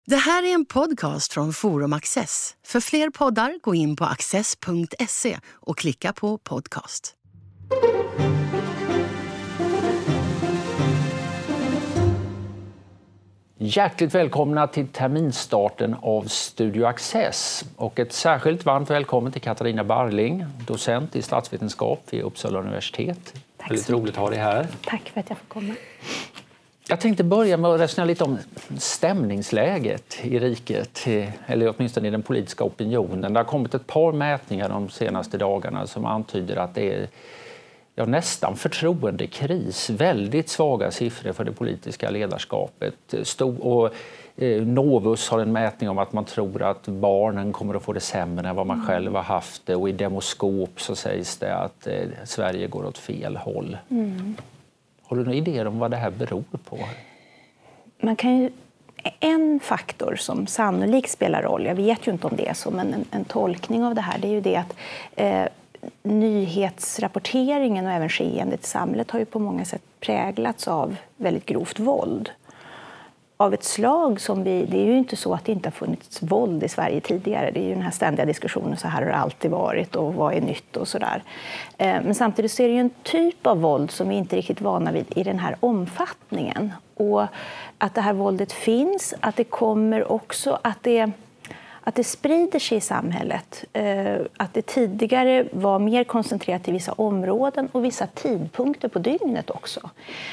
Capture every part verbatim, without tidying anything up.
Det här är en podcast från Forum Access. För fler poddar, gå in på access punkt se och klicka på podcast. Hjärtligt välkomna till terminstarten av Studio Access. Och ett särskilt varmt välkommen till Katarina Barling, docent i statsvetenskap vid Uppsala universitet. Tack Väldigt roligt att ha dig här. Tack för att jag får komma. Jag tänkte börja med att resonera lite om stämningsläget i riket, eller åtminstone i den politiska opinionen. Det har kommit ett par mätningar de senaste dagarna som antyder att det är ja, nästan förtroendekris. Väldigt svaga siffror för det politiska ledarskapet. Stor, och, eh, Novus har en mätning om att man tror att barnen kommer att få det sämre än vad man själv har haft det. Och i Demoskop så sägs det att eh, Sverige går åt fel håll. Mm. Har du några idéer om vad det här beror på? Man kan ju, en faktor som sannolikt spelar roll, jag vet ju inte om det är så, men en, en tolkning av det här, det är ju det att eh, nyhetsrapporteringen och även skeendet i samhället har ju på många sätt präglats av väldigt grovt våld. Av ett slag som vi, det är ju inte så att det inte har funnits våld i Sverige tidigare. Det är ju den här ständiga diskussionen, så här har det alltid varit och vad är nytt och sådär. Men samtidigt så är det ju en typ av våld som vi inte är riktigt vana vid i den här omfattningen. Och att det här våldet finns, att det kommer också, att det Att det sprider sig i samhället, att det tidigare var mer koncentrerat i vissa områden och vissa tidpunkter på dygnet också.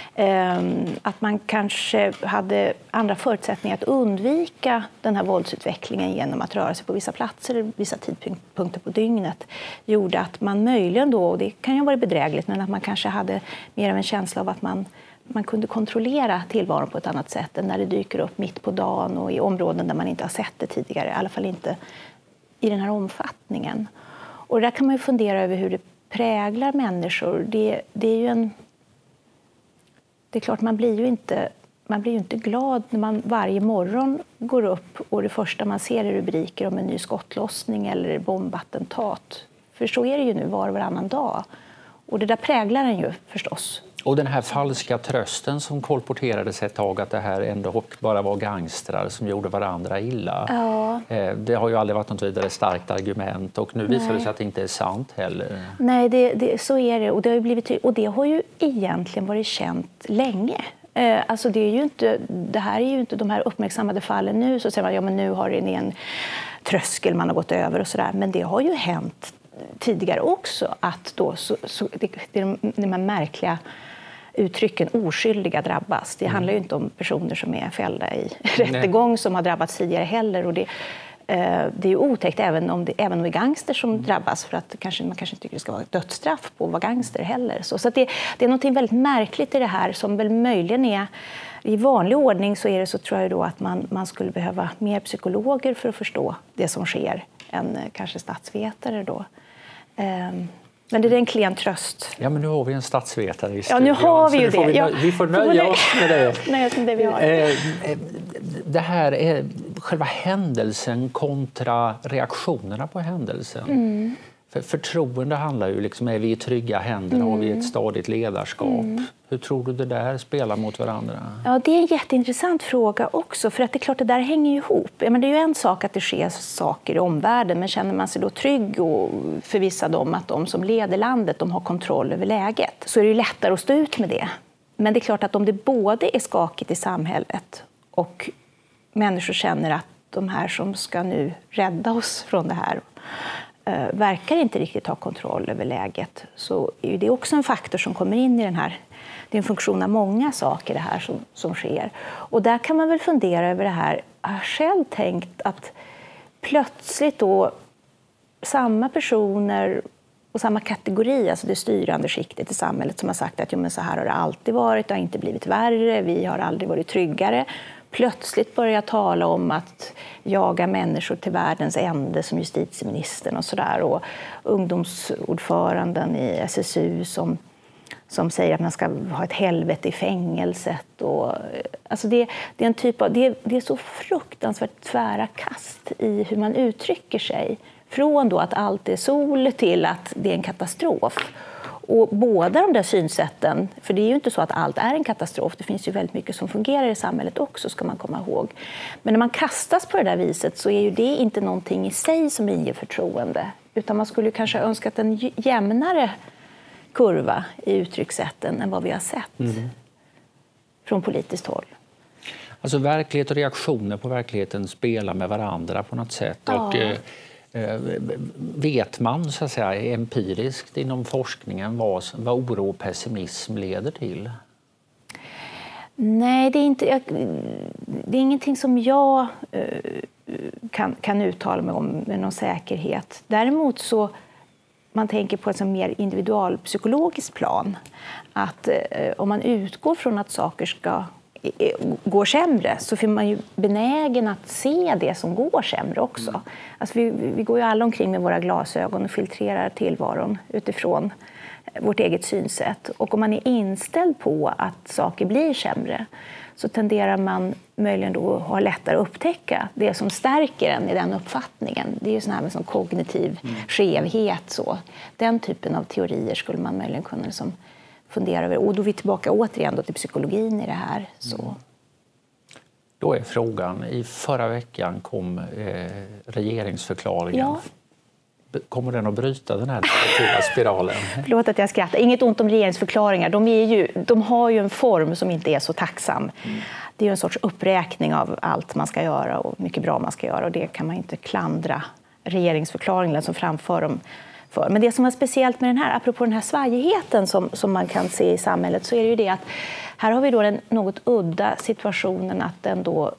Att man kanske hade andra förutsättningar att undvika den här våldsutvecklingen genom att röra sig på vissa platser, vissa tidpunkter på dygnet, gjorde att man möjligen då, och det kan ju vara bedrägligt, men att man kanske hade mer av en känsla av att man Man kunde kontrollera tillvaron på ett annat sätt än när det dyker upp mitt på dagen och i områden där man inte har sett det tidigare. I alla fall inte i den här omfattningen. Och där kan man ju fundera över hur det präglar människor. Det, det är ju en... Det är klart, man blir ju inte, man blir ju inte glad när man varje morgon går upp och det första man ser är rubriker om en ny skottlossning eller bombattentat. För så är det ju nu var och varannan dag. Och det där präglar en ju förstås. Och den här falska trösten som kolporterades ett tag, att det här ändå bara var gangstrar som gjorde varandra illa. Ja. Det har ju aldrig varit något vidare starkt argument, och nu visar Nej. det sig att det inte är sant heller. Nej, det, det, så är det. Och det har ju blivit, och det har ju egentligen varit känt länge. Alltså det, är ju inte, det här är ju inte de här uppmärksammade fallen nu, så säger man ja, men nu har det en tröskel man har gått över och sådär. Men det har ju hänt tidigare också, att då så, så, det, det är de, de här märkliga uttrycken oskyldiga drabbas. Det handlar ju inte om personer som är fällda i rättegång som har drabbats tidigare heller. Och det, eh, det är ju otäckt även om det, även om det är gangster som mm. drabbas, för att kanske, man kanske inte tycker det ska vara dödsstraff på att vara gangster heller. Så, så att det, det är något väldigt märkligt i det här som väl möjligen är, i vanlig ordning så är det så, tror jag då, att man, man skulle behöva mer psykologer för att förstå det som sker än kanske statsvetare då. Um, Men det är en klen tröst. Ja, men nu har vi en statsvetare i studion. Ja, nu har vi ju det. Vi, ja. vi får nöja oss med det. Nej, det, vi har. Det här är själva händelsen kontra reaktionerna på händelsen. Mm. För förtroende handlar ju liksom, är vi i trygga händer, mm. har vi ett stadigt ledarskap? Mm. Hur tror du det där spelar mot varandra? Ja, det är en jätteintressant fråga också, för att det är klart det där hänger ihop. Ja, men det är ju en sak att det sker saker i omvärlden, men känner man sig då trygg och förvissad om att de som leder landet, de har kontroll över läget, så är det ju lättare att stå ut med det. Men det är klart att om det både är skakigt i samhället och människor känner att de här som ska nu rädda oss från det här verkar inte riktigt ha kontroll över läget, så är det också en faktor som kommer in i den här. Det är en funktion av många saker det här som, som sker. Och där kan man väl fundera över det här. Jag har själv tänkt att plötsligt då samma personer och samma kategori, alltså det styrande skiktet i samhället, som har sagt att jo, men så här har det alltid varit, det har inte blivit värre, vi har aldrig varit tryggare. Plötsligt börjar tala om att jaga människor till världens ände som justitieministern och sådär. Och ungdomsordföranden i S S U som, som säger att man ska ha ett helvete i fängelset. Och, alltså det, det, är en typ av, det, det är så fruktansvärt tvära kast i hur man uttrycker sig. Från då att allt är sol till att det är en katastrof. och båda de där synsätten, för det är ju inte så att allt är en katastrof, det finns ju väldigt mycket som fungerar i samhället också, ska man komma ihåg. Men när man kastas på det där viset så är ju det inte någonting i sig som inger förtroende, utan man skulle kanske önskat en jämnare kurva i uttryckssätten än vad vi har sett mm. från politiskt håll. Alltså verklighet och reaktioner på verkligheten spelar med varandra på något sätt. Ja. Och, eh, vet man så att säga empiriskt inom forskningen vad, vad oro och pessimism leder till? Nej, det är, inte, jag, det är ingenting som jag eh, kan, kan uttala mig om med någon säkerhet. Däremot så man tänker på ett mer individualpsykologiskt plan. Att eh, om man utgår från att saker ska går sämre så är man ju benägen att se det som går sämre också. Mm. Alltså vi, vi går ju alla omkring med våra glasögon och filtrerar tillvaron utifrån vårt eget synsätt. Och om man är inställd på att saker blir sämre så tenderar man möjligen då att ha lättare att upptäcka det som stärker en i den uppfattningen. Det är ju sån här med sån kognitiv mm. skevhet. Så. Den typen av teorier skulle man möjligen kunna liksom fundera över. Och då är vi tillbaka återigen då till psykologin i det här. Så. Mm. Då är frågan, i förra veckan kom eh, regeringsförklaringen. Ja. Kommer den att bryta den här negativa spiralen? Förlåt att jag skrattar. Inget ont om regeringsförklaringar. De, är ju, de har ju en form som inte är så tacksam. Mm. Det är ju en sorts uppräkning av allt man ska göra och mycket bra man ska göra. Och det kan man inte klandra regeringsförklaringen som framför dem för. Men det som är speciellt med den här, apropå den här svajigheten som, som man kan se i samhället, så är det ju det att här har vi då den något udda situationen att den då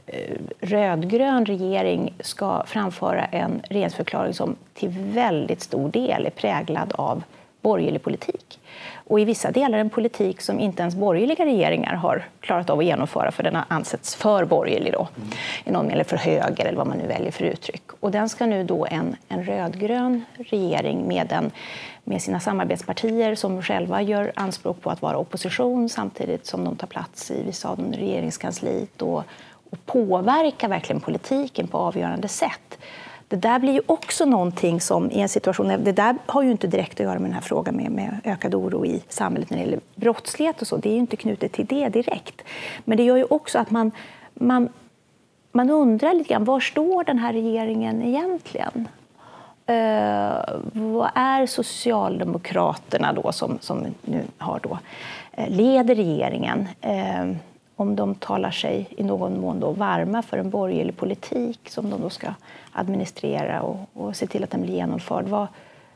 rödgrön regering ska framföra en regeringsförklaring som till väldigt stor del är präglad av borgerlig politik. Och i vissa delar en politik som inte ens borgerliga regeringar har klarat av att genomföra, för den har ansetts för borgerlig då. Mm. I någon eller för höger eller vad man nu väljer för uttryck. Och den ska nu då en, en rödgrön regering med, en, med sina samarbetspartier som själva gör anspråk på att vara opposition samtidigt som de tar plats i vissa av regeringskansliet och och påverka verkligen politiken på avgörande sätt. Det där blir ju också någonting som i en situation, det där har ju inte direkt att göra med den här frågan med, med ökad oro i samhället när det gäller brottslighet och så, det är ju inte knutet till det direkt. Men det gör ju också att man, man, man undrar lite grann, var står den här regeringen egentligen? Uh, vad är Socialdemokraterna då som, som nu har då, uh, leder regeringen? Uh, om de talar sig i någon mån då varma för en borgerlig politik som de då ska administrera och, och se till att den blir genomförd. Vad,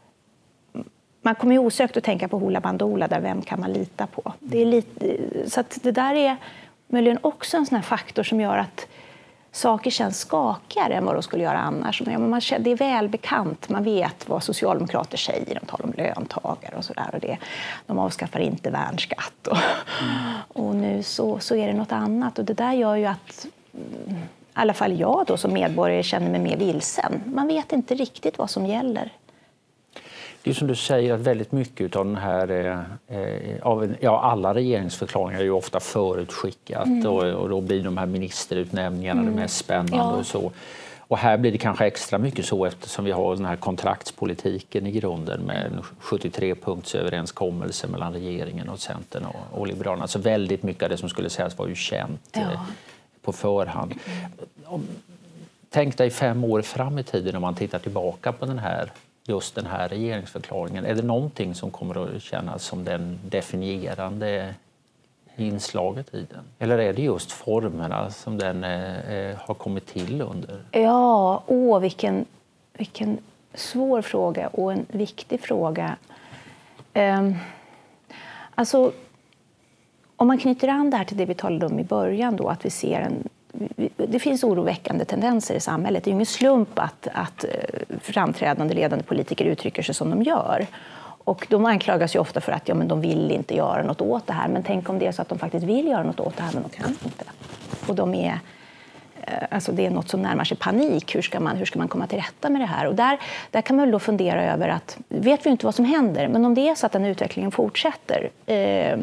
man kommer ju osökt att tänka på Hoola Bandoola, där vem kan man lita på? Det är lite, så att det där är möjligen också en sån här faktor som gör att saker känns skakigare än vad de skulle göra annars. Man, det är välbekant, man vet vad socialdemokrater säger, de talar om löntagare och sådär. Och det, de avskaffar inte värnskatt. Och, mm. och nu så, så är det något annat. Och det där gör ju att, i alla fall jag då som medborgare, känner mig mer vilsen. Man vet inte riktigt vad som gäller. Det är som du säger att väldigt mycket av den här, eh, av, ja, alla regeringsförklaringar är ju ofta förutskickat mm. och, och då blir de här ministerutnämningarna mm. det mest spännande ja. och så. Och här blir det kanske extra mycket så eftersom vi har den här kontraktspolitiken i grunden med en sjuttiotre punkts överenskommelse mellan regeringen och Centern och, och Liberalerna. Så väldigt mycket av det som skulle sägas var ju känt ja. eh, på förhand. Mm. Tänk dig fem år fram i tiden om man tittar tillbaka på den här just den här regeringsförklaringen. Är det någonting som kommer att kännas som den definierande inslaget i den? Eller är det just formerna som den eh, har kommit till under? Ja, åh, vilken, vilken svår fråga och en viktig fråga. Um, alltså, om man knyter an det här till det vi talade om i början då, att vi ser en det finns oroväckande tendenser i samhället. Det är ju ingen slump att, att framträdande ledande politiker uttrycker sig som de gör. Och de anklagas ju ofta för att ja, men de vill inte göra något åt det här. Men tänk om det är så att de faktiskt vill göra något åt det här, men de kan inte. Och de är, alltså det är något som närmar sig panik. Hur ska man, hur ska man komma till rätta med det här? Och där, där kan man väl då fundera över att, vet vi inte vad som händer, men om det är så att den utvecklingen fortsätter eh,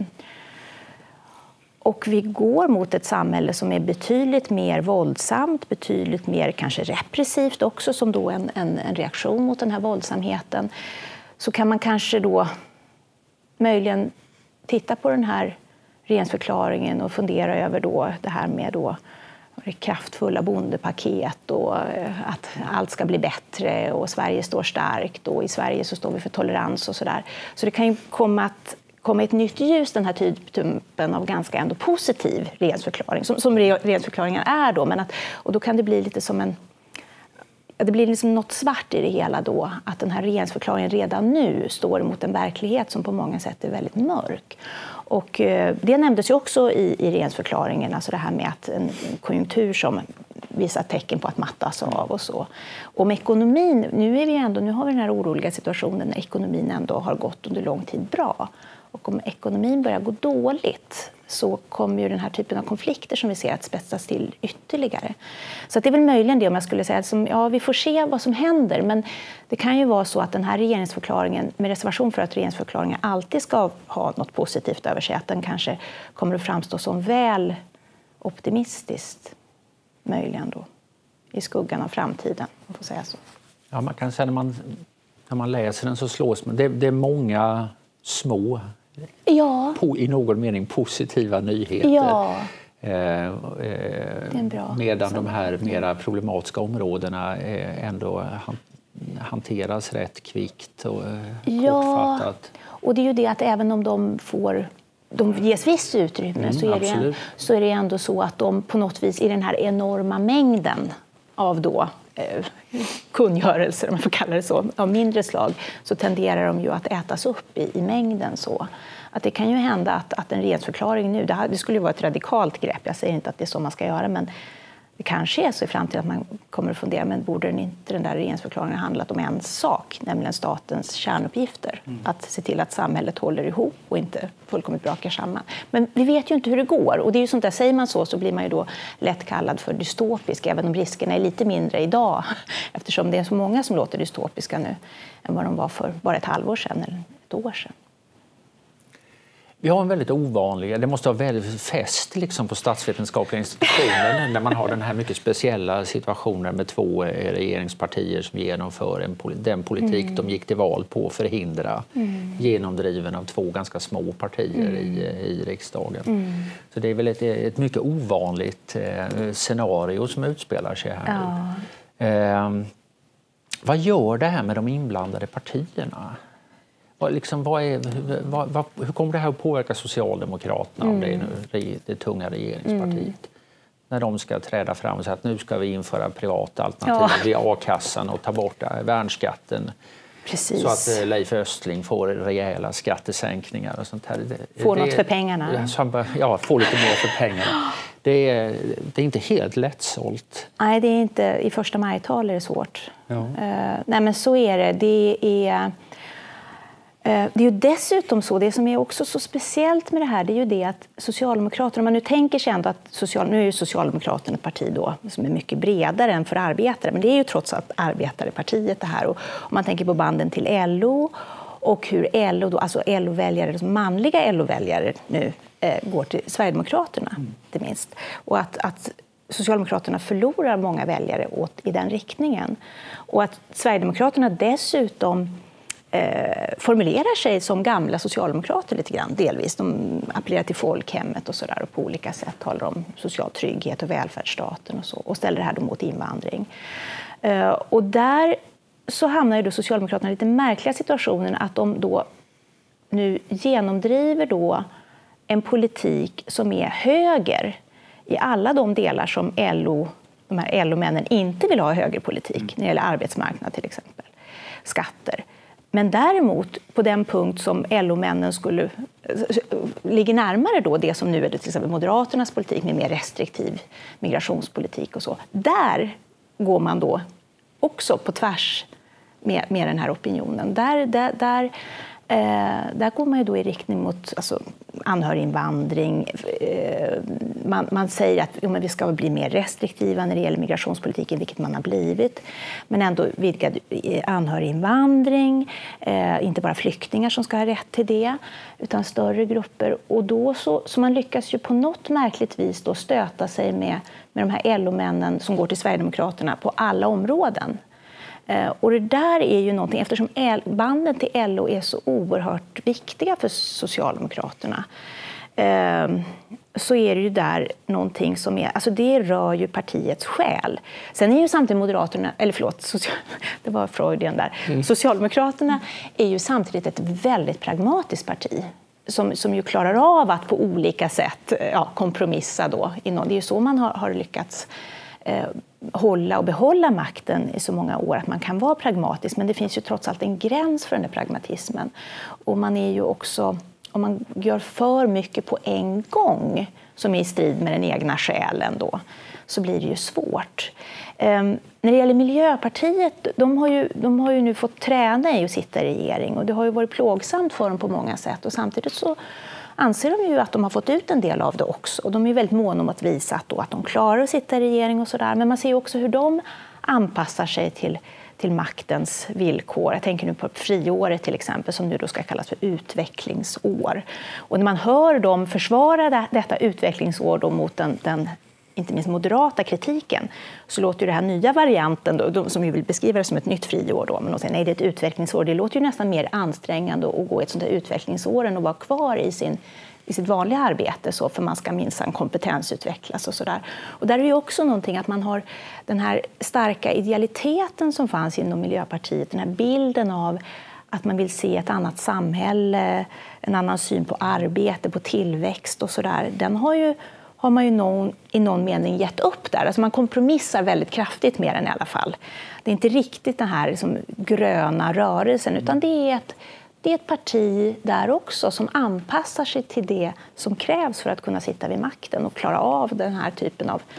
och vi går mot ett samhälle som är betydligt mer våldsamt, betydligt mer kanske repressivt också, som då en, en, en reaktion mot den här våldsamheten, så kan man kanske då möjligen titta på den här regeringsförklaringen och fundera över då det här med då kraftfulla bondepaket och att allt ska bli bättre och Sverige står starkt och i Sverige så står vi för tolerans och sådär. Så det kan ju komma att komma ett nytt ljus, den här typen av ganska ändå positiv regeringsförklaring, som, som regeringsförklaringen är då. Men att, och då kan det bli lite som en... Det blir liksom något svart i det hela då, att den här regeringsförklaringen redan nu står mot en verklighet som på många sätt är väldigt mörk. Och eh, det nämndes ju också i, i regeringsförklaringen, alltså det här med att en, en konjunktur som visar tecken på att mattas av och så. Och med ekonomin, nu, är vi ändå, nu har vi den här oroliga situationen när ekonomin ändå har gått under lång tid bra. Och om ekonomin börjar gå dåligt så kommer ju den här typen av konflikter som vi ser att spetsas till ytterligare. Så att det är väl möjligen det om jag skulle säga. Som, ja, vi får se vad som händer, men det kan ju vara så att den här regeringsförklaringen, med reservation för att regeringsförklaringen alltid ska ha något positivt över sig, att den kanske kommer att framstå som väl optimistiskt, möjligen då, i skuggan av framtiden, man får säga så. Ja, man kan säga när man, när man läser den så slås man. Det, det är många små, ja. på, i någon mening positiva nyheter. Ja. Eh, eh, medan de här mera problematiska områdena eh, ändå han, hanteras rätt kvickt och eh, ja. kortfattat. Och det är ju det att även om de får de ges visst utrymme mm, så, är det, så är det ändå så att de på något vis i den här enorma mängden av då eh, kungörelser, om man får kalla det så, av mindre slag, så tenderar de ju att ätas upp i, i mängden så. Att det kan ju hända att, att en regeringsförklaring nu, det, här, det skulle ju vara ett radikalt grepp, jag säger inte att det är så man ska göra, men det kanske är så i framtiden att man kommer att fundera, men borde den inte den där regeringsförklaringen handlat om en sak, nämligen statens kärnuppgifter. Mm. Att se till att samhället håller ihop och inte fullkomligt brakar samman. Men vi vet ju inte hur det går, och det är ju sånt där, säger man så så blir man ju då lätt kallad för dystopisk, även om riskerna är lite mindre idag, eftersom det är så många som låter dystopiska nu än vad de var för bara ett halvår sedan eller ett år sedan. Vi har en väldigt ovanlig, det måste vara väldigt fäst liksom på statsvetenskapliga institutioner när man har den här mycket speciella situationen med två regeringspartier som genomför en, den politik mm. de gick till val på att förhindra, mm. genomdriven av två ganska små partier mm. i, i riksdagen. Mm. Så det är väl ett, ett mycket ovanligt eh, scenario som utspelar sig här. Ja. Eh, vad gör det här med de inblandade partierna? Vad, liksom, vad är, vad, vad, hur kommer det här att påverka Socialdemokraterna, mm. om det är nu, det tunga regeringspartiet? Mm. När de ska träda fram och säga att nu ska vi införa privata alternativ ja. vid A-kassan och ta bort värnskatten. Precis. Så att Leif Östling får rejäla skattesänkningar och sånt här. Det, får det, något för pengarna. Ja, får lite mer för pengarna. Det är, det är inte helt lättsålt. Nej, det är inte. I första majtal är det svårt. Ja. Uh, nej, men så är det. Det är... Det är ju dessutom så, det som är också så speciellt med det här, det är ju det att Socialdemokraterna, om man nu tänker sig ändå att social, nu är ju Socialdemokraterna ett parti då som är mycket bredare än för arbetare, men det är ju trots allt arbetarepartiet det här. Och om man tänker på banden till L O och hur L O då, alltså L O-väljare, manliga L O-väljare nu eh, går till Sverigedemokraterna, mm. inte minst. Och att, att Socialdemokraterna förlorar många väljare åt i den riktningen. Och att Sverigedemokraterna dessutom Eh, formulerar sig som gamla socialdemokrater lite grann, delvis. De appellerar till folkhemmet och sådär och på olika sätt talar om social trygghet och välfärdsstaten och så, och ställer det här då mot invandring. Eh, och där så hamnar ju då Socialdemokraterna i lite märkliga situationen att de då nu genomdriver då en politik som är höger i alla de delar som L O, de här L O-männen inte vill ha högerpolitik, mm. när det gäller arbetsmarknad till exempel, skatter. Men däremot på den punkt som L O-männen skulle ligger närmare då det som nu är det, till exempel Moderaternas politik med mer restriktiv migrationspolitik och så. Där går man då också på tvärs med, med den här opinionen. Där, där, där, eh, där går man ju då i riktning mot alltså, anhöriginvandring. Eh, man, man säger att jo, men vi ska bli mer restriktiva när det gäller migrationspolitiken, vilket man har blivit. Men ändå vidgad anhöriginvandring, eh, inte bara flyktingar som ska ha rätt till det, utan större grupper. Och då så, så man lyckas ju på något märkligt vis då stöta sig med, med de här L O-männen som går till Sverigedemokraterna på alla områden. Och det där är ju någonting, eftersom banden till L O är så oerhört viktiga för Socialdemokraterna, så är det ju där någonting som är, alltså det rör ju partiets själ. Sen är ju samtidigt Moderaterna, eller förlåt, social, det var Freudien där. Mm. Socialdemokraterna är ju samtidigt ett väldigt pragmatiskt parti. Som, som ju klarar av att på olika sätt ja, kompromissa då. Det är ju så man har, har lyckats eh, hålla och behålla makten i så många år, att man kan vara pragmatisk. Men det finns ju trots allt en gräns för den där pragmatismen. Och man är ju också, om man gör för mycket på en gång som är i strid med den egna själen då, så blir det ju svårt. Um, när det gäller Miljöpartiet, de har, ju, de har ju nu fått träna i att sitta i regering, och det har ju varit plågsamt för dem på många sätt, och samtidigt så anser de ju att de har fått ut en del av det också, och de är väldigt måna om att visa att, då, att de klarar att sitta i regering och sådär, men man ser ju också hur de anpassar sig till, till maktens villkor. Jag tänker nu på friåret till exempel, som nu då ska kallas för utvecklingsår, och när man hör dem försvara det, detta utvecklingsår då mot den, den inte minst moderata kritiken, så låter ju det här nya varianten, då, som vi vill beskriva det som ett nytt friår, då, men de säger nej, det är ett utvecklingsår. Det låter ju nästan mer ansträngande att gå ett sånt här utvecklingsår än att vara kvar i, sin, i sitt vanliga arbete, så, för man ska minsann kompetensutvecklas och sådär. Och där är det ju också någonting att man har den här starka idealiteten som fanns inom Miljöpartiet, den här bilden av att man vill se ett annat samhälle, en annan syn på arbete, på tillväxt och sådär. Den har ju har man ju någon, i någon mening gett upp där. Alltså man kompromissar väldigt kraftigt med den i alla fall. Det är inte riktigt den här liksom gröna rörelsen, utan det är, ett, det är ett parti där också som anpassar sig till det som krävs för att kunna sitta vid makten och klara av den här typen av,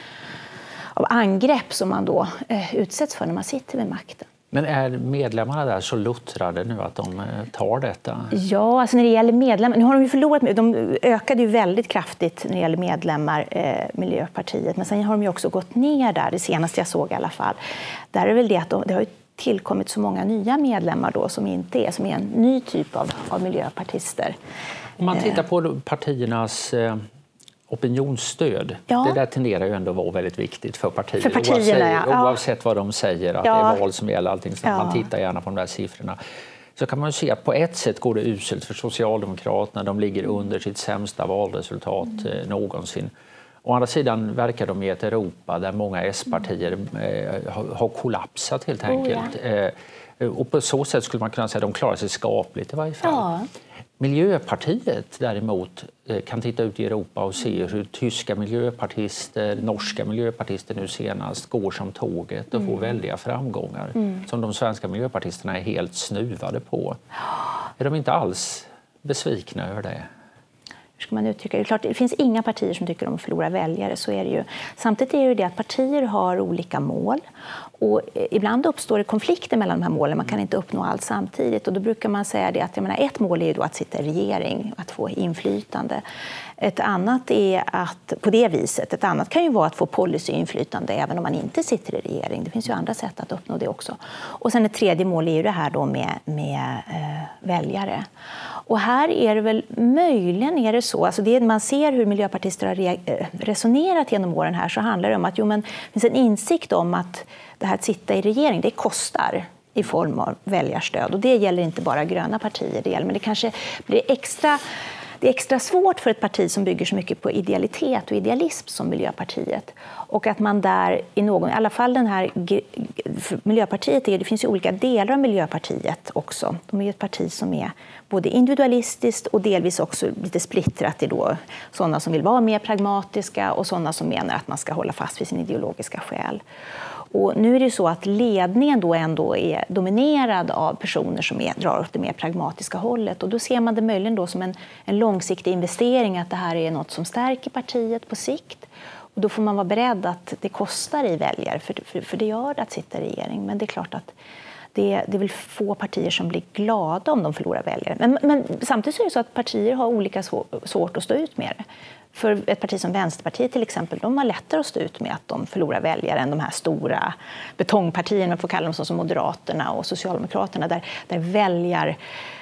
av angrepp som man då eh, utsätts för när man sitter vid makten. Men är medlemmarna där så luttrade nu att de tar detta? Ja, alltså när det gäller medlemmar, nu har de ju förlorat, de ökade ju väldigt kraftigt när det gäller medlemmar, eh, Miljöpartiet, men sen har de ju också gått ner där, det senaste jag såg i alla fall. Där är väl det att de, det har ju tillkommit så många nya medlemmar då som inte är, som är en ny typ av, av miljöpartister. Om man tittar på partiernas eh... opinionsstöd, ja. Det där tenderar ju ändå att vara väldigt viktigt för partier. För partierna, oavsett, ja. oavsett vad de säger, att ja. Det är val som gäller allting. Så ja. Man tittar gärna på de där siffrorna. Så kan man ju se att på ett sätt går det uselt för Socialdemokraterna. De ligger under sitt sämsta valresultat mm. eh, någonsin. Å andra sidan verkar de i ett Europa där många S-partier eh, har, har kollapsat helt enkelt. Oh, ja. eh, och på så sätt skulle man kunna säga att de klarar sig skapligt i varje fall. Ja. Miljöpartiet däremot kan titta ut i Europa och se hur tyska miljöpartister, norska miljöpartister nu senast går som tåget och får mm. väldiga framgångar mm. som de svenska miljöpartisterna är helt snuvade på. Är de inte alls besvikna över det? Hur ska man uttrycka det? Klart, det finns inga partier som tycker om att förlora väljare, så är det ju. Samtidigt är det det att partier har olika mål, och ibland uppstår det konflikter mellan de här målen. Man kan inte uppnå allt samtidigt, och då brukar man säga det att jag menar, ett mål är ju då att sitta i regering, att få inflytande. Ett annat är att på det viset, ett annat kan ju vara att få policyinflytande även om man inte sitter i regering. Det finns ju andra sätt att uppnå det också. Och sen ett tredje mål är ju det här då med, med eh, väljare. Och här är det väl möjligen är det så, alltså det, man ser hur miljöpartister har re, resonerat genom åren här, så handlar det om att jo, men, det finns en insikt om att det här att sitta i regering, det kostar i form av väljarstöd. Och det gäller inte bara gröna partier, det gäller, men det kanske blir extra, det är extra svårt för ett parti som bygger så mycket på idealitet och idealism som Miljöpartiet. Och att man där i någon, i alla fall den här Miljöpartiet, är, det finns ju olika delar av Miljöpartiet också. De är ju ett parti som är både individualistiskt och delvis också lite splittrat i då sådana som vill vara mer pragmatiska och sådana som menar att man ska hålla fast vid sin ideologiska själ. Och nu är det så att ledningen då ändå är dominerad av personer som är, drar åt det mer pragmatiska hållet. Och då ser man det möjligen då som en, en långsiktig investering, att det här är något som stärker partiet på sikt. Och då får man vara beredd att det kostar i väljare, för, för, för det gör det att sitta i regering. Men det är klart att det, det är väl få partier som blir glada om de förlorar väljare. Men, men samtidigt är det så att partier har olika svår, svårt att stå ut med det. För ett parti som Vänsterpartiet till exempel, de har lättare att stå ut med att de förlorar väljare än de här stora betongpartierna, får kalla dem så, som Moderaterna och Socialdemokraterna, där, där väljar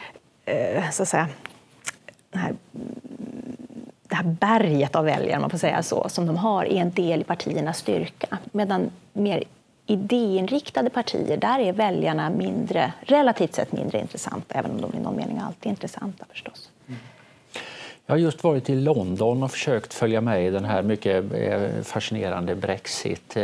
eh, så att säga, den här, det här berget av väljare, man får säga så, som de har, är en del i partiernas styrka. Medan mer idéinriktade partier, där är väljarna mindre, relativt sett mindre intressanta, även om de i någon mening alltid är intressanta förstås. Mm. Jag har just varit i London och försökt följa med i den här mycket fascinerande Brexit,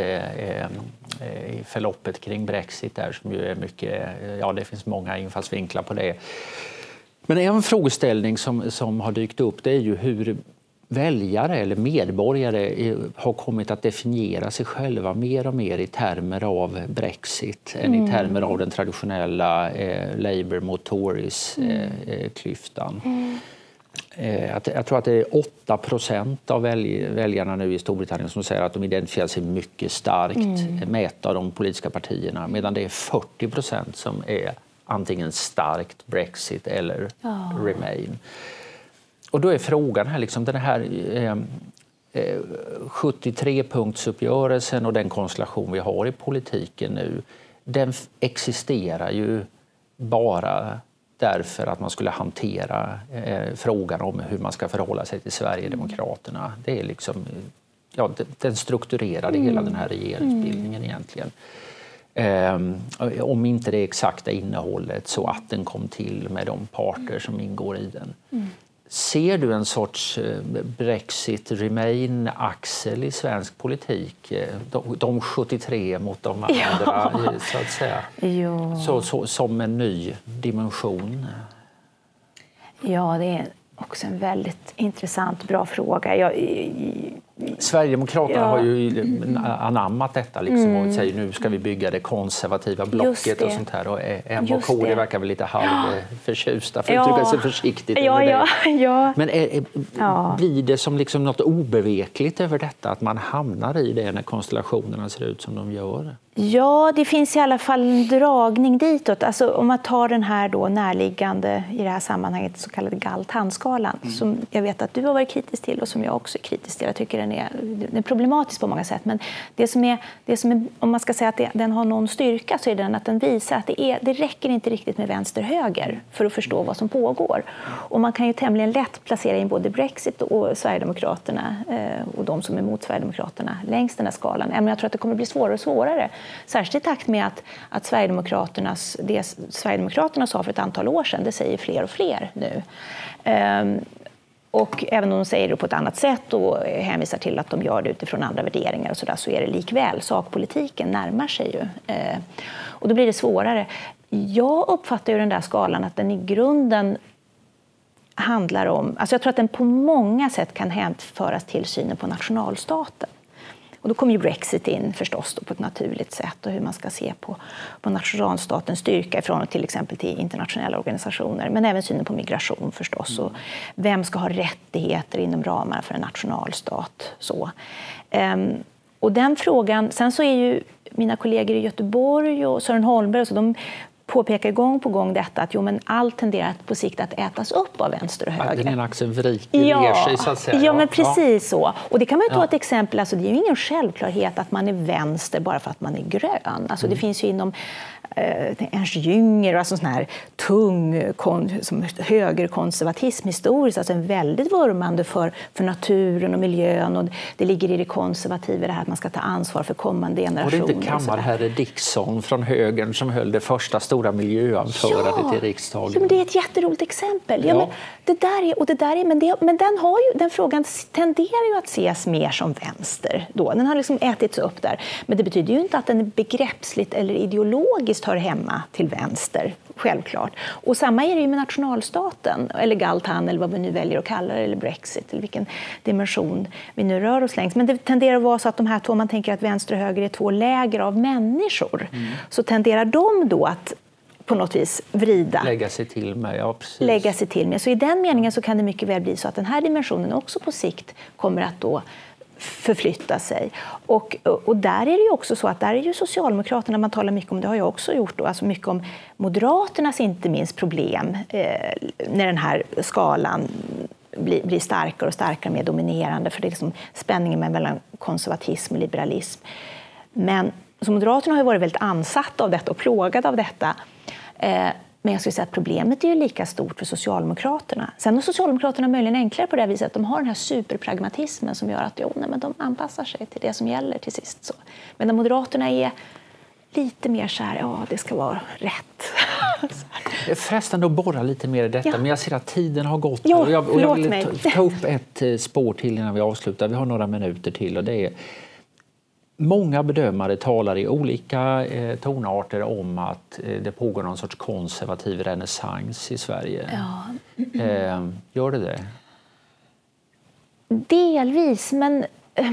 i förloppet kring Brexit där som ju är mycket, ja det finns många infallsvinklar på det. Men en frågeställning som, som har dykt upp, det är ju hur väljare eller medborgare har kommit att definiera sig själva mer och mer i termer av Brexit mm. än i termer av den traditionella eh, Labour mot Tories-klyftan. Mm. Mm. Jag tror att det är åtta procent av väljarna nu i Storbritannien som säger att de identifierar sig mycket starkt mm. med ett av de politiska partierna, medan det är fyrtio procent som är antingen starkt Brexit eller ja. Remain. Och då är frågan här, liksom, den här eh, sjuttiotre-punktsuppgörelsen och den konstellation vi har i politiken nu, den existerar ju bara därför att man skulle hantera eh, frågan om hur man ska förhålla sig till Sverigedemokraterna. Det är liksom, ja, den strukturerade mm. hela den här regeringsbildningen mm. egentligen. Eh, om inte det exakta innehållet så att den kom till med de parter som ingår i den. Mm. Ser du en sorts Brexit-Remain-axel i svensk politik? De, de sjuttiotre mot de andra, ja. så att säga. Ja. Så, så, som en ny dimension. Ja, det är också en väldigt intressant, bra fråga. Jag, Sverigedemokraterna ja. har ju anammat detta liksom, mm. och säger nu ska vi bygga det konservativa blocket och sånt här. Och M och K det verkar väl lite halvförtjusta för att uttrycka sig försiktigt. Ja, ja, ja. Men är, är, ja. blir det som liksom något obevekligt över detta att man hamnar i det när konstellationerna ser ut som de gör? Ja, det finns i alla fall en dragning ditåt. Alltså, om man tar den här då närliggande i det här sammanhanget så kallade Galtan-skalan mm. som jag vet att du har varit kritisk till och som jag också är kritisk till. Jag tycker den är, den är problematisk på många sätt. Men det som är, det som är, om man ska säga att det, den har någon styrka så är den att den visar att det, är, det räcker inte riktigt med vänster-höger för att förstå vad som pågår. Och man kan ju tämligen lätt placera in både Brexit och Sverigedemokraterna eh, och de som är emot Sverigedemokraterna längs den här skalan. Men jag tror att det kommer bli svårare och svårare. Särskilt i takt med att, att Sverigedemokraternas, det Sverigedemokraterna sa för ett antal år sedan, det säger fler och fler nu. Um, och även om de säger det på ett annat sätt och hänvisar till att de gör det utifrån andra värderingar och så där, så är det likväl. Sakpolitiken närmar sig ju. Uh, och då blir det svårare. Jag uppfattar ju den där skalan att den i grunden handlar om... Alltså jag tror att den på många sätt kan hänföras till synen på nationalstaten. Och då kommer ju Brexit in förstås då på ett naturligt sätt och hur man ska se på, på nationalstatens styrka ifrån till exempel till internationella organisationer. Men även synen på migration förstås och vem ska ha rättigheter inom ramarna för en nationalstat. Så. Um, och den frågan, sen så är ju mina kollegor i Göteborg och Sören Holmberg och så, de påpekar gång på gång detta att jo, men allt tenderar på sikt att ätas upp av vänster och höger. Ja, den ena axeln vriker ja. ner sig så att säga. Ja, men precis ja. så. Och det kan man ju ta ja. ett exempel. Alltså, det är ju ingen självklarhet att man är vänster bara för att man är grön. Alltså, mm. Det finns ju inom eh, Ernst Jünger, alltså sån här tung kon, som högerkonservatism historiskt, alltså en väldigt vurmande för, för naturen och miljön, och det ligger i det konservativa det här att man ska ta ansvar för kommande generationer. Och det är inte kammarherre Dickson från högern som höll det första stora miljöanförandet ja, till riksdagen. Ja, men det är ett jätteroligt exempel. Ja, ja. Men det där är, och det där är, men, det, men den, har ju, den frågan tenderar ju att ses mer som vänster. Då. Den har liksom ätits upp där. Men det betyder ju inte att den begreppsligt eller ideologiskt hör hemma till vänster, självklart. Och samma är det ju med nationalstaten, eller Galtan, eller vad vi nu väljer att kalla det, eller Brexit, eller vilken dimension vi nu rör oss längs. Men det tenderar att vara så att de här två, man tänker att vänster och höger är två läger av människor, mm. så tenderar de då att på något vis vrida. Lägga sig till med, ja precis. Lägga sig till med. Så i den meningen så kan det mycket väl bli så att den här dimensionen också på sikt kommer att då förflytta sig. Och, och där är det ju också så att där är ju Socialdemokraterna, man talar mycket om, det har jag också gjort då, alltså mycket om Moderaternas inte minst problem eh, när den här skalan blir, blir starkare och starkare, mer dominerande, för det är liksom spänningen mellan konservatism och liberalism. Men så Moderaterna har ju varit väldigt ansatta av detta och plågade av detta. Eh, Men jag skulle säga att problemet är ju lika stort för Socialdemokraterna. Sen har Socialdemokraterna möjligen enklare på det här viset att de har den här superpragmatismen som gör att jo, nej, men de anpassar sig till det som gäller till sist. Så. Men Moderaterna är lite mer så här, ja det ska vara rätt. Det är frestande att borra lite mer i detta, ja. Men jag ser att tiden har gått. Ja, och jag, och jag vill mig. ta, ta upp ett spår till innan vi avslutar. Vi har några minuter till och det är många bedömare talar i olika eh, tonarter om att eh, det pågår någon sorts konservativ renässans i Sverige. Ja. Eh, gör det det? Delvis, men eh,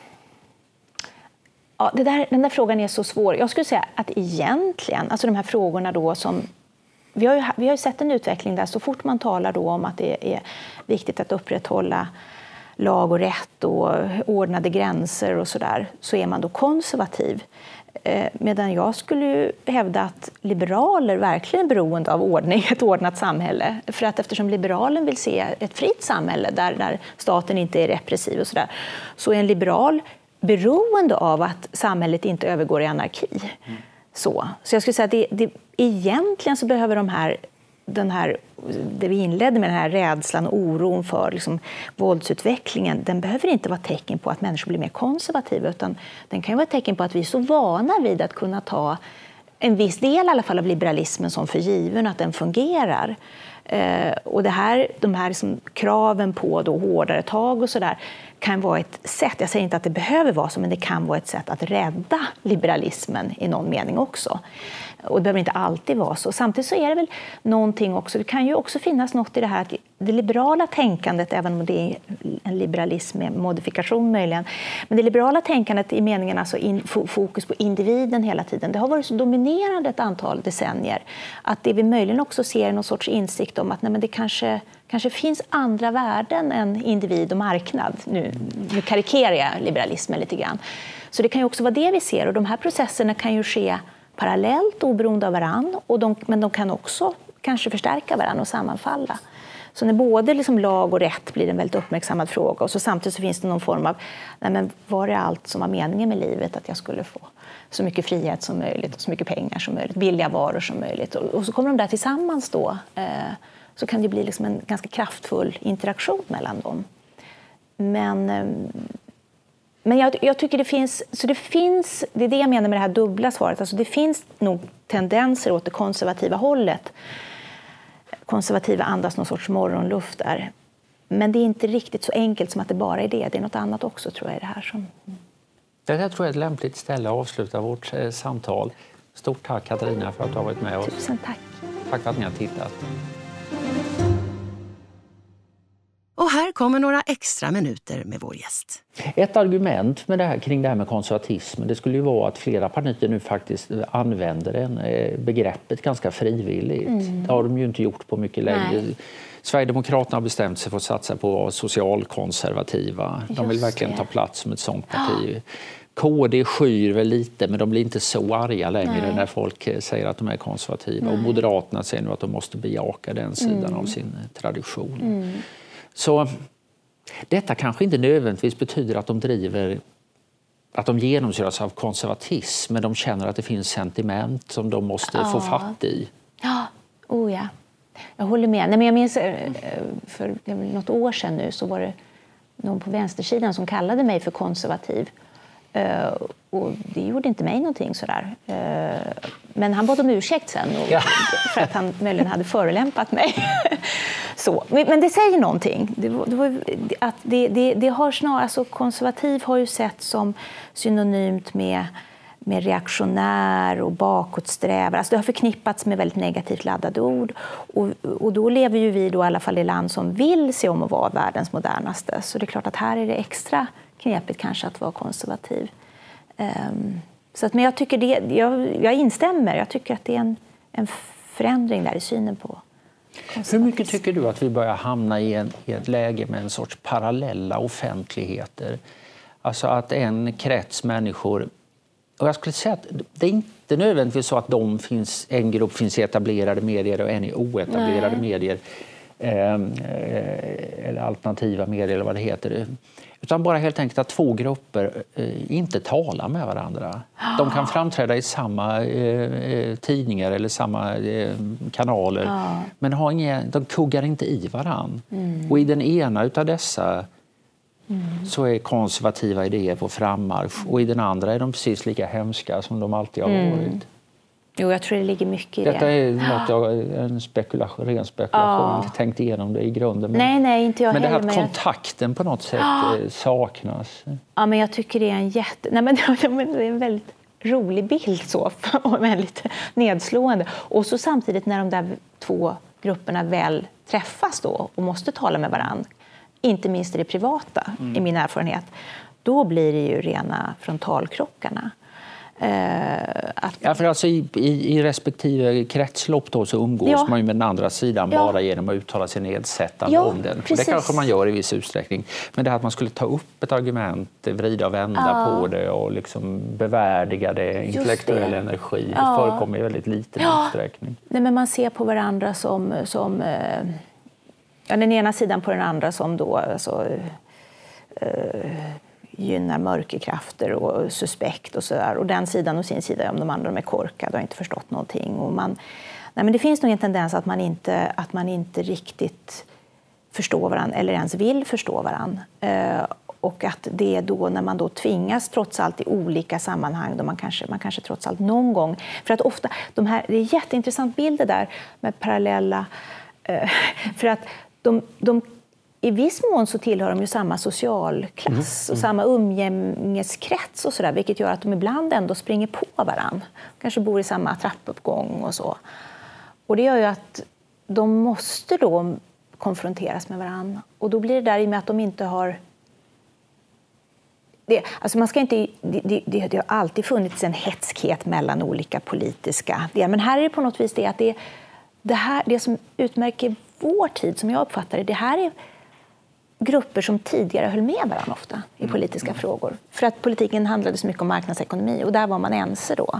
ja, det där, den där frågan är så svår. Jag skulle säga att egentligen, alltså de här frågorna då som vi har ju, vi har ju sett en utveckling där så fort man talar då om att det är viktigt att upprätthålla lag och rätt och ordnade gränser och sådär, så är man då konservativ. Eh, medan jag skulle ju hävda att liberaler verkligen är beroende av ordning, ett ordnat samhälle. För att eftersom liberalen vill se ett fritt samhälle där, där staten inte är repressiv och sådär, så är en liberal beroende av att samhället inte övergår i anarki. Mm. Så. så jag skulle säga att det, det, egentligen så behöver de här den här, det vi inledde med den här rädslan och oron för liksom, våldsutvecklingen, den behöver inte vara tecken på att människor blir mer konservativa, utan den kan ju vara tecken på att vi är så vana vid att kunna ta en viss del i alla fall av liberalismen som för given, att den fungerar. Eh, och det här, de här liksom, kraven på då, hårdare tag och sådär kan vara ett sätt, jag säger inte att det behöver vara så, men det kan vara ett sätt att rädda liberalismen i någon mening också. Och det behöver inte alltid vara så. Samtidigt så är det väl någonting också, det kan ju också finnas något i det här att det liberala tänkandet, även om det är en liberalism med modifikation möjligen, men det liberala tänkandet i meningen alltså in, fokus på individen hela tiden, det har varit så dominerande ett antal decennier att det vi möjligen också ser är någon sorts insikt om att nej, men det kanske kanske finns andra värden än individ och marknad. Nu, nu karikerar jag liberalismen lite grann. Så det kan ju också vara det vi ser, och de här processerna kan ju ske parallellt, oberoende av varann, och de, men de kan också kanske förstärka varann och sammanfalla. Så när både liksom lag och rätt blir en väldigt uppmärksammad fråga, och så samtidigt så finns det någon form av, nej men var det allt som var meningen med livet, att jag skulle få så mycket frihet som möjligt och så mycket pengar som möjligt, billiga varor som möjligt, och, och så kommer de där tillsammans då, eh, så kan det bli liksom en ganska kraftfull interaktion mellan dem. Men, eh, men jag, jag tycker det finns, så det finns, det är det jag menar med det här dubbla svaret, alltså det finns nog tendenser åt det konservativa hållet. Konservativa andas någon sorts morgonluft där. Men det är inte riktigt så enkelt som att det bara är det. Det är något annat också, tror jag, i det här. Som... Det här tror jag är ett lämpligt ställe att avsluta vårt eh, samtal. Stort tack, Katarina, för att du har varit med oss. Tusen tack. Tack för att ni har tittat. Och här kommer några extra minuter med vår gäst. Ett argument med det här, kring det här med konservatism, det skulle ju vara att flera partier nu faktiskt använder en, begreppet ganska frivilligt. Mm. Det har de ju inte gjort på mycket längre. Sverigedemokraterna har bestämt sig för att satsa på socialkonservativa. De vill verkligen det. ta plats som ett sånt parti. K D skyr väl lite, men de blir inte så arga längre Nej. när folk säger att de är konservativa. Nej. Och Moderaterna säger nu att de måste bejaka den sidan mm. av sin tradition. Mm. Så detta kanske inte nödvändigtvis betyder att de driver, att de genomsyras av konservatism, men de känner att det finns sentiment som de måste ja. få fatt i. Ja, oh ja. Jag håller med. Nej, men jag minns för något år sedan nu så var det någon på vänstersidan som kallade mig för konservativ. Uh, och det gjorde inte mig någonting sådär. Uh, men han bad om ursäkt sen och, ja. för att han möjligen hade förolämpat mig. Så. Men, men det säger någonting. Det, det, var, att det, det, det har snarare, alltså konservativ har ju sett som synonymt med, med reaktionär och bakåtsträvare. Alltså det har förknippats med väldigt negativt laddade ord. Och, och då lever ju vi då i alla fall i land som vill se om att vara världens modernaste. Så det är klart att här är det extra knepigt kanske att vara konservativ. Um, så att, men jag tycker det, jag, jag instämmer. Jag tycker att det är en, en förändring där i synen på Hur mycket tycker du att vi börjar hamna i, en, i ett läge med en sorts parallella offentligheter? Alltså att en krets människor, och jag skulle säga att det är inte nödvändigtvis så att de finns, en grupp finns i etablerade medier och en i oetablerade Nej. medier. Eh, eller alternativa medier eller vad det heter. Utan bara helt enkelt att två grupper eh, inte talar med varandra. De kan framträda i samma eh, tidningar eller samma eh, kanaler. Ja. Men har inga, de kuggar inte i varandra. Mm. Och i den ena utav dessa mm. så är konservativa idéer på frammarsch. Och i den andra är de precis lika hemska som de alltid har varit. Mm. Jo, jag tror det ligger mycket i det. Detta är något av en spekulation, ren spekulation. Ja. Jag har inte tänkt igenom det i grunden. Men, nej, nej, inte jag men heller. Men det här kontakten på något sätt ja. saknas. Ja, men jag tycker det är en jätte... Nej, men det är en väldigt rolig bild så, och väldigt nedslående. Och så samtidigt när de där två grupperna väl träffas då och måste tala med varandra, inte minst i det privata, mm. i min erfarenhet, då blir det ju rena frontalkrockarna. Uh, att... Ja, för alltså i, i, i respektive kretslopp då så umgås ja. man ju med den andra sidan ja. bara genom att uttala sig nedsättande ja, om den. Och det kanske man gör i viss utsträckning. Men det här att man skulle ta upp ett argument, vrida och vända ja. på det och liksom bevärdiga det, intellektuell det. energi, ja. förekommer i väldigt liten ja. utsträckning. Nej, men man ser på varandra som, som uh, ja, den ena sidan på den andra som då alltså, uh, gynnar mörkerkrafter och suspekt och sådär. Och den sidan och sin sida om de andra är korkade och har inte förstått någonting. Och man, nej men det finns nog en tendens att man inte, att man inte riktigt förstår varandra eller ens vill förstå varandra. Eh, och att det är då när man då tvingas trots allt i olika sammanhang då man kanske, man kanske trots allt någon gång. För att ofta, de här, det är jätteintressant bilder där med parallella. Eh, för att de, de i viss mån så tillhör de ju samma socialklass och samma umgängeskrets och sådär, vilket gör att de ibland ändå springer på varann. Kanske bor i samma trappuppgång och så. Och det gör ju att de måste då konfronteras med varann. Och då blir det där i och med att de inte har... Det, alltså man ska inte, det, det, det har alltid funnits en hetskhet mellan olika politiska delar. Men här är det på något vis det att det, det, här, det som utmärker vår tid, som jag uppfattar det, det här är grupper som tidigare höll med varandra ofta i politiska mm. frågor. För att politiken handlade så mycket om marknadsekonomi och där var man ense då.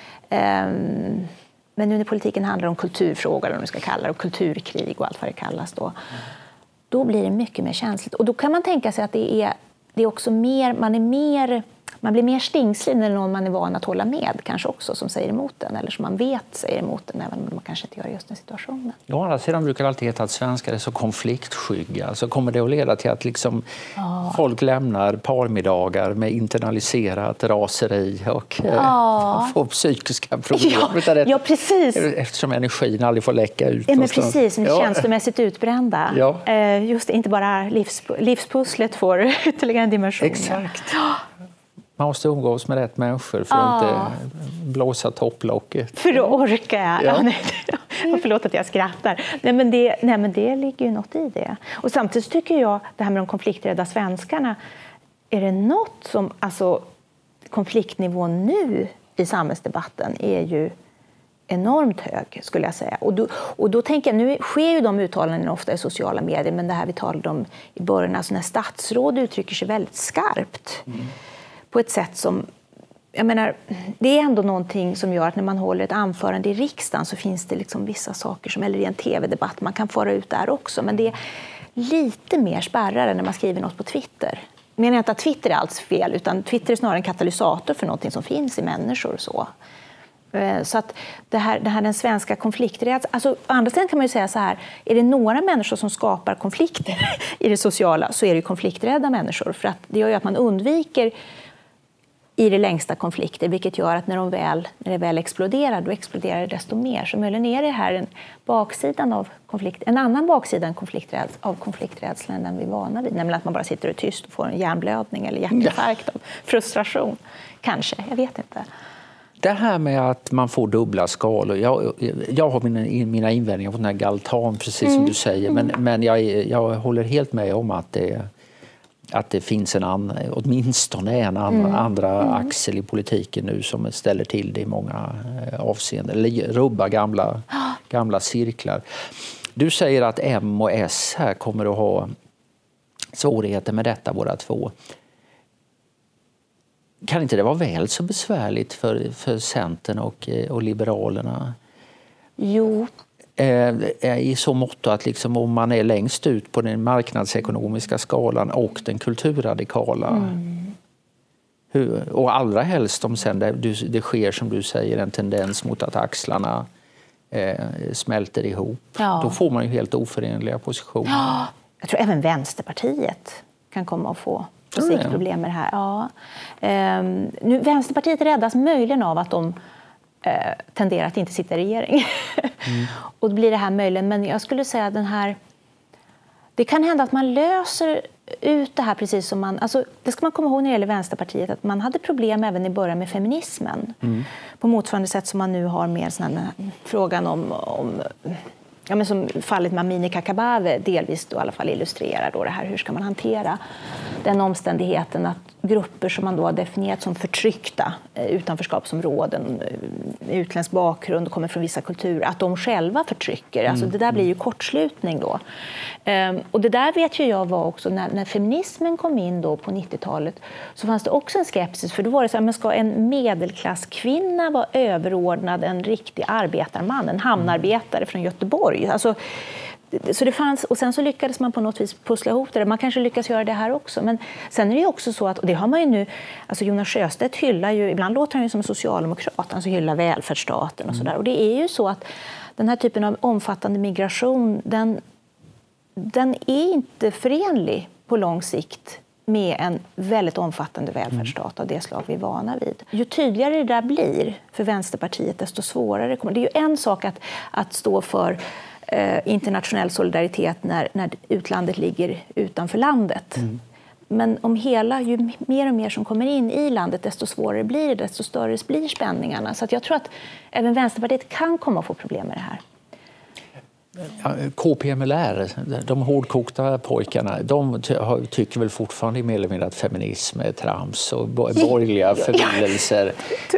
Um, men nu när politiken handlar om kulturfrågor, eller vad man ska kalla det, och kulturkrig och allt vad det kallas då, mm. då blir det mycket mer känsligt. Och då kan man tänka sig att det är, det är också mer, man är mer... Man blir mer stingslig när någon man är van att hålla med, kanske också, som säger emot den, eller som man vet säger emot den, även om man kanske inte gör just den situationen. Å andra sidan brukar det alltid heta att svenskar är så konfliktskygga. Så kommer det att leda till att liksom oh. folk lämnar parmiddagar med internaliserat raseri och oh. får psykiska problem. Ja, ja, precis. Eftersom energin aldrig får läcka ut. Ja, men precis, som ja. känslomässigt utbrända. Ja. Just inte bara livs, livspusslet får ytterligare en dimension. Exakt. Man måste umgås med rätt människor för att ja. inte blåsa topplocket. För att orka. Ja. Ja, nej, förlåt att jag skrattar. Nej men, det, nej, men det ligger ju något i det. Och samtidigt tycker jag, det här med de konflikträdda svenskarna, är det något som, alltså konfliktnivån nu i samhällsdebatten är ju enormt hög, skulle jag säga. Och då, och då tänker jag, nu sker ju de uttalanden ofta i sociala medier, men det här vi talade om i början, alltså när statsråd uttrycker sig väldigt skarpt. Mm. På ett sätt som, jag menar, det är ändå någonting som gör att när man håller ett anförande i riksdagen så finns det liksom vissa saker som, eller i en tv-debatt, man kan föra ut där också. Men det är lite mer spärrare när man skriver något på Twitter. Jag menar inte att Twitter är alls fel, utan Twitter är snarare en katalysator för någonting som finns i människor och så. Så att det här, det här den svenska konflikträdslan, alltså å andra sidan kan man ju säga så här, är det några människor som skapar konflikter i det sociala så är det ju konflikträdda människor, för att det gör ju att man undviker i det längsta konflikter, vilket gör att när, de väl, när det väl exploderar, då exploderar det desto mer. Så möjligen är det här en baksidan av konflikt, en annan baksida än konflikträds, av konflikträdslan än den vi är vana vid. Nämligen att man bara sitter och är tyst och får en hjärnblödning eller hjärtinfarkt av frustration. Kanske, jag vet inte. Det här med att man får dubbla skalor, jag, jag har mina, mina invändningar på den här Galtan, precis mm. som du säger, men, men jag, jag håller helt med om att det, att det finns en an, åtminstone en an, mm. andra mm. axel i politiken nu som ställer till det i många avseenden, eller rubbar gamla, gamla cirklar. Du säger att M och S här kommer att ha svårigheter med detta, båda två. Kan inte det vara väl så besvärligt för, för Centern och, och Liberalerna? Jo. Eh, I så mått att liksom, om man är längst ut på den marknadsekonomiska skalan och den kulturradikala. Mm. Hur, och allra helst om sen det, det sker, som du säger, en tendens mot att axlarna eh, smälter ihop. Ja. Då får man ju helt oförenliga positioner. Ja. Jag tror även Vänsterpartiet kan komma att få på sikt problem med det här. Ja. Um, nu, Vänsterpartiet räddas möjligen av att de uh, tenderar att inte sitta i regering. Mm. Och då blir det här möjligen, men jag skulle säga att den här... Det kan hända att man löser ut det här precis som man... Alltså, det ska man komma ihåg när det gäller Vänsterpartiet, att man hade problem även i början med feminismen. Mm. På motsvarande sätt som man nu har med sån här, frågan om... om ja, men som fallet med Amineh Kakabaveh delvis då i alla fall illustrerar då det här. Hur ska man hantera den omständigheten att grupper som man då har definierat som förtryckta, utanförskapsområden, utländsk bakgrund och kommer från vissa kulturer, att de själva förtrycker. Mm. Alltså det där blir ju kortslutning då. Um, och det där vet ju jag var också, när, när feminismen kom in då på nittiotalet, så fanns det också en skepsis, för då var det så här, men ska en medelklasskvinna vara överordnad en riktig arbetarman, en hamnarbetare från Göteborg? Alltså, så det fanns, och sen så lyckades man på något vis pussla ihop det. Man kanske lyckas göra det här också. Men sen är det ju också så att, och det har man ju nu, alltså Jonas Sjöstedt hyllar ju, ibland låter han ju som socialdemokrat, alltså hyllar välfärdsstaten och sådär. Och det är ju så att den här typen av omfattande migration, den, den är inte förenlig på lång sikt med en väldigt omfattande välfärdsstat av det slag vi är vana vid. Ju tydligare det där blir för Vänsterpartiet, desto svårare kommer det. Det är ju en sak att, att stå för eh, internationell solidaritet när, när utlandet ligger utanför landet. Mm. Men om hela, ju mer och mer som kommer in i landet, desto svårare blir det, desto större blir spänningarna. Så att jag tror att även Vänsterpartiet kan komma att få problem med det här. K P M L R, de hårdkokta pojkarna, de tycker väl fortfarande mer eller mindre att feminism är trams och borgerliga förvillelser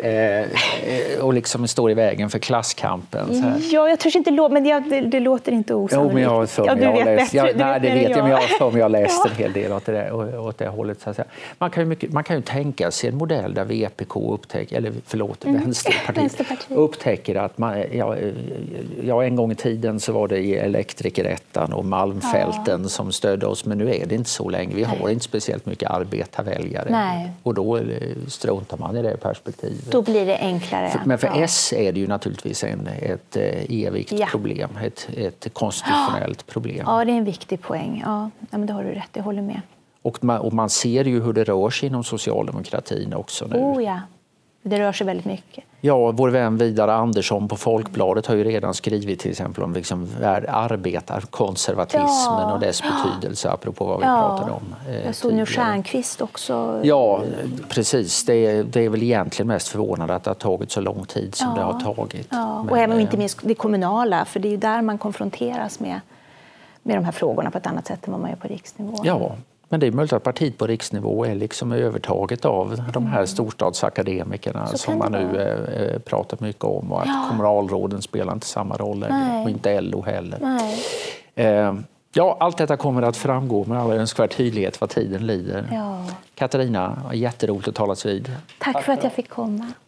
eh, och liksom står i vägen för klasskampen. Så här. Ja, jag tror inte lo- men det, det, det låter inte osannolikt. Jo, men jag för ja, du jag vet läst, bättre. Jag, nej, det vet jag, men jag för mig jag läst ja. en hel del åt det, där, åt det hållet. Så att säga. Man kan ju mycket, man kan ju tänka sig en modell där V P K upptäcker, eller förlåt, mm. Vänsterpartiet, Vänsterpartiet upptäcker att man, ja, ja, en gång i tiden så var det i elektrisk Rättan och Malmfälten ja. som stödde oss, men nu är det inte så länge. Vi har Nej. inte speciellt mycket arbetarväljare. Nej. Och då struntar man i det perspektivet. Då blir det enklare. För, men för ja. S är det ju naturligtvis en, ett evigt ja. problem, ett, ett konstitutionellt ja. problem. Ja, det är en viktig poäng. Ja, ja men det har du rätt, jag håller med. Och man, och man ser ju hur det rör sig inom socialdemokratin också nu. Oh ja, det rör sig väldigt mycket. Ja, vår vän Vidar Andersson på Folkbladet har ju redan skrivit till exempel om liksom arbetarkonservatismen ja. och dess betydelse, apropå vad vi ja. pratade om. Eh, Jag såg nu Stjernqvist också. Ja, precis. Det är, det är väl egentligen mest förvånande att det har tagit så lång tid som ja. det har tagit. Ja. Men, och även inte minst det kommunala, för det är ju där man konfronteras med, med de här frågorna på ett annat sätt än vad man gör på riksnivå. Ja. Men det är möjligt att partiet på riksnivå är liksom övertaget av de här storstadsakademikerna så som man nu eh, pratar mycket om, och att ja. kommunalråden spelar inte samma roll längre, och inte L O heller. Eh, ja, allt detta kommer att framgå med all önskvärd tydlighet vad tiden lider. Ja. Katarina, jätteroligt att talas vid. Tack, Tack för att jag fick komma.